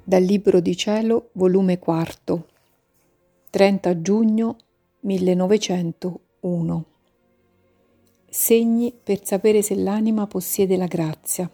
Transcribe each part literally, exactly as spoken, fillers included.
Dal Libro di Cielo, volume quarto, trenta giugno millenovecentouno. Segni per sapere se l'anima possiede la grazia.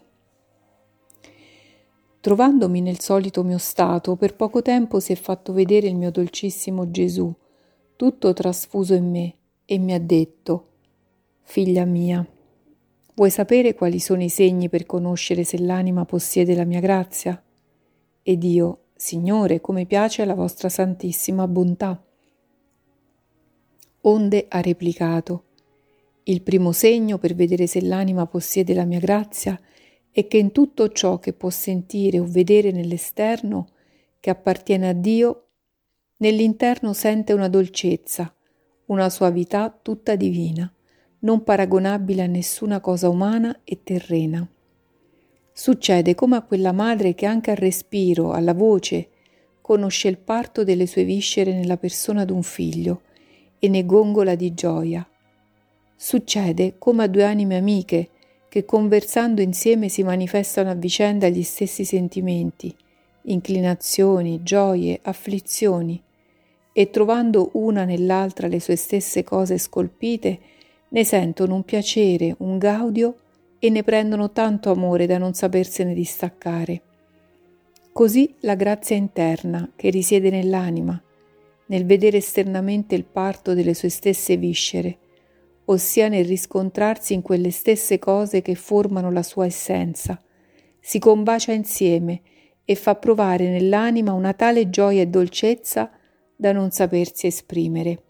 Trovandomi nel solito mio stato, per poco tempo si è fatto vedere il mio dolcissimo Gesù, tutto trasfuso in me, e mi ha detto: «Figlia mia, vuoi sapere quali sono i segni per conoscere se l'anima possiede la mia grazia?» Ed io: «Signore, come piace alla vostra santissima bontà». Onde ha replicato: «Il primo segno per vedere se l'anima possiede la mia grazia è che in tutto ciò che può sentire o vedere nell'esterno, che appartiene a Dio, nell'interno sente una dolcezza, una suavità tutta divina, non paragonabile a nessuna cosa umana e terrena. Succede come a quella madre che anche al respiro, alla voce, conosce il parto delle sue viscere nella persona d'un figlio e ne gongola di gioia. Succede come a due anime amiche che conversando insieme si manifestano a vicenda gli stessi sentimenti, inclinazioni, gioie, afflizioni, e trovando una nell'altra le sue stesse cose scolpite, ne sentono un piacere, un gaudio, e ne prendono tanto amore da non sapersene distaccare. Così la grazia interna che risiede nell'anima, nel vedere esternamente il parto delle sue stesse viscere, ossia nel riscontrarsi in quelle stesse cose che formano la sua essenza, si combacia insieme e fa provare nell'anima una tale gioia e dolcezza da non sapersi esprimere.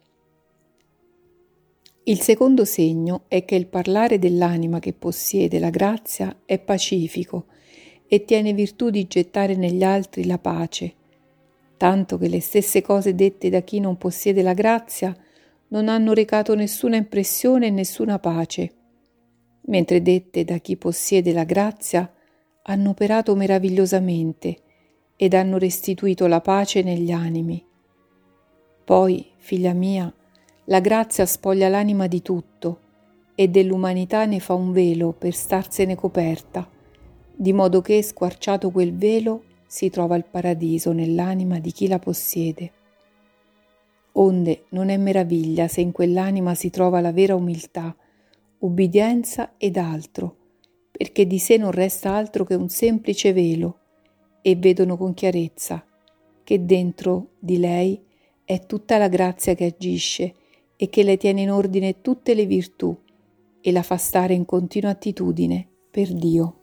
Il secondo segno è che il parlare dell'anima che possiede la grazia è pacifico e tiene virtù di gettare negli altri la pace, tanto che le stesse cose dette da chi non possiede la grazia non hanno recato nessuna impressione e nessuna pace, mentre dette da chi possiede la grazia hanno operato meravigliosamente ed hanno restituito la pace negli animi. Poi, figlia mia, la grazia spoglia l'anima di tutto e dell'umanità ne fa un velo per starsene coperta, di modo che, squarciato quel velo, si trova il paradiso nell'anima di chi la possiede. Onde non è meraviglia se in quell'anima si trova la vera umiltà, ubbidienza ed altro, perché di sé non resta altro che un semplice velo, e vedono con chiarezza che dentro di lei è tutta la grazia che agisce e che le tiene in ordine tutte le virtù e la fa stare in continua attitudine per Dio.